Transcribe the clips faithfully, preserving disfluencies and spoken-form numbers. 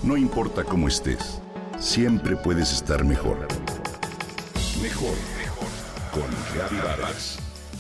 No importa cómo estés, siempre puedes estar mejor. Mejor, mejor. Con Gaby Vargas.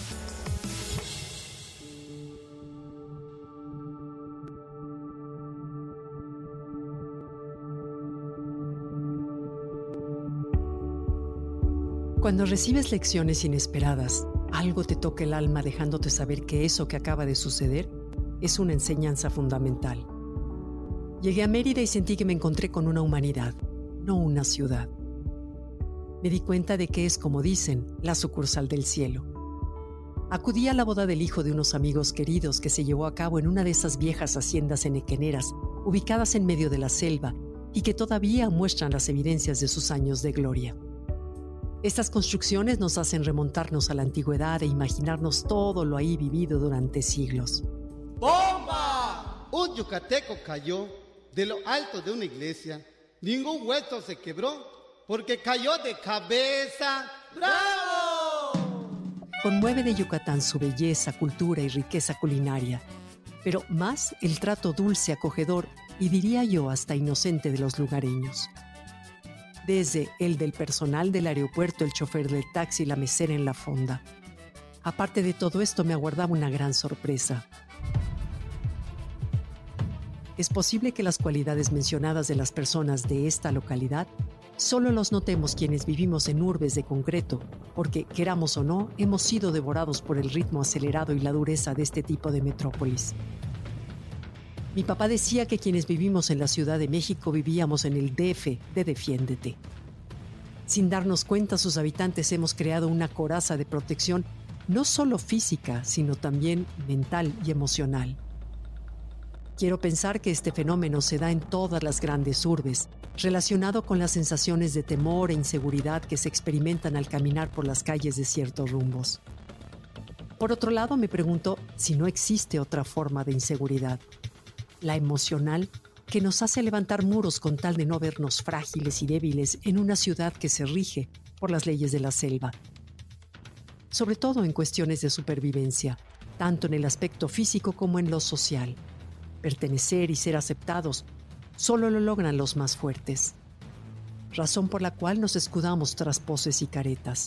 Cuando recibes lecciones inesperadas, algo te toca el alma dejándote saber que eso que acaba de suceder es una enseñanza fundamental. Llegué a Mérida y sentí que me encontré con una humanidad, no una ciudad. Me di cuenta de que es, como dicen, la sucursal del cielo. Acudí a la boda del hijo de unos amigos queridos que se llevó a cabo en una de esas viejas haciendas enequeneras, ubicadas en medio de la selva y que todavía muestran las evidencias de sus años de gloria. Estas construcciones nos hacen remontarnos a la antigüedad e imaginarnos todo lo ahí vivido durante siglos. ¡Bomba! Un yucateco cayó de lo alto de una iglesia. Ningún hueso se quebró porque cayó de cabeza. ¡Bravo! Conmueve de Yucatán su belleza, cultura y riqueza culinaria, pero más el trato dulce, acogedor y diría yo hasta inocente de los lugareños. Desde el del personal del aeropuerto, el chofer del taxi y la mesera en la fonda. Aparte de todo esto, me aguardaba una gran sorpresa. Es posible que las cualidades mencionadas de las personas de esta localidad solo los notemos quienes vivimos en urbes de concreto, porque, queramos o no, hemos sido devorados por el ritmo acelerado y la dureza de este tipo de metrópolis. Mi papá decía que quienes vivimos en la Ciudad de México vivíamos en el D F de Defiéndete. Sin darnos cuenta, sus habitantes hemos creado una coraza de protección no solo física, sino también mental y emocional. Quiero pensar que este fenómeno se da en todas las grandes urbes, relacionado con las sensaciones de temor e inseguridad que se experimentan al caminar por las calles de ciertos rumbos. Por otro lado, me pregunto si no existe otra forma de inseguridad. La emocional, que nos hace levantar muros con tal de no vernos frágiles y débiles en una ciudad que se rige por las leyes de la selva. Sobre todo en cuestiones de supervivencia, tanto en el aspecto físico como en lo social. Pertenecer y ser aceptados solo lo logran los más fuertes. Razón por la cual nos escudamos tras poses y caretas.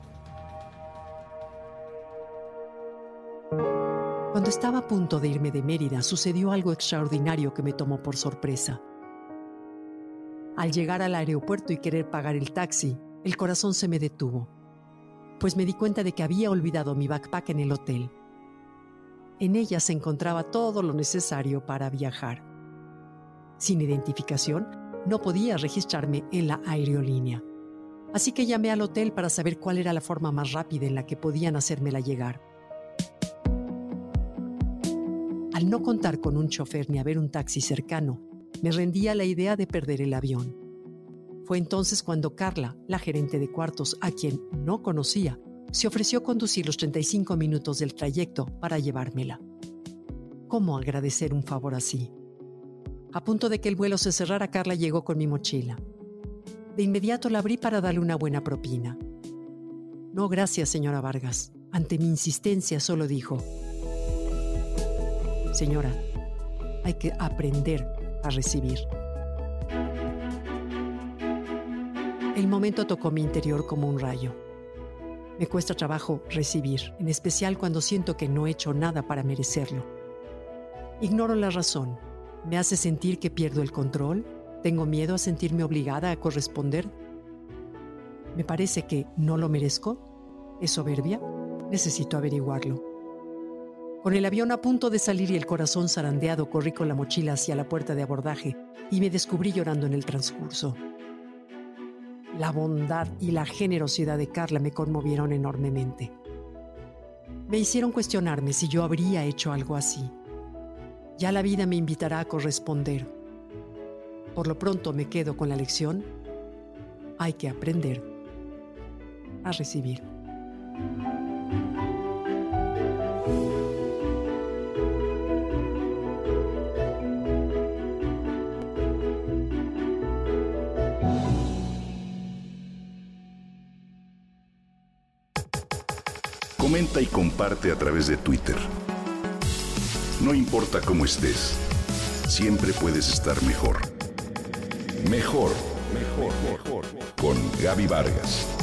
Cuando estaba a punto de irme de Mérida, sucedió algo extraordinario que me tomó por sorpresa. Al llegar al aeropuerto y querer pagar el taxi, el corazón se me detuvo, pues me di cuenta de que había olvidado mi backpack en el hotel. En ella se encontraba todo lo necesario para viajar. Sin identificación, no podía registrarme en la aerolínea. Así que llamé al hotel para saber cuál era la forma más rápida en la que podían hacérmela llegar. Al no contar con un chofer ni haber un taxi cercano, me rendí a la idea de perder el avión. Fue entonces cuando Carla, la gerente de cuartos, a quien no conocía, se ofreció conducir los treinta y cinco minutos del trayecto para llevármela. ¿Cómo agradecer un favor así? A punto de que el vuelo se cerrara, Carla llegó con mi mochila. De inmediato la abrí para darle una buena propina. No, gracias, señora Vargas. Ante mi insistencia solo dijo: Señora, hay que aprender a recibir. El momento tocó mi interior como un rayo. Me cuesta trabajo recibir, en especial cuando siento que no he hecho nada para merecerlo. Ignoro la razón. ¿Me hace sentir que pierdo el control? ¿Tengo miedo a sentirme obligada a corresponder? ¿Me parece que no lo merezco? ¿Es soberbia? Necesito averiguarlo. Con el avión a punto de salir y el corazón zarandeado, corrí con la mochila hacia la puerta de abordaje y me descubrí llorando en el transcurso. La bondad y la generosidad de Carla me conmovieron enormemente. Me hicieron cuestionarme si yo habría hecho algo así. Ya la vida me invitará a corresponder. Por lo pronto me quedo con la lección: hay que aprender a recibir. Comenta y comparte a través de Twitter. No importa cómo estés, siempre puedes estar mejor. Mejor, mejor, mejor. Con Gaby Vargas.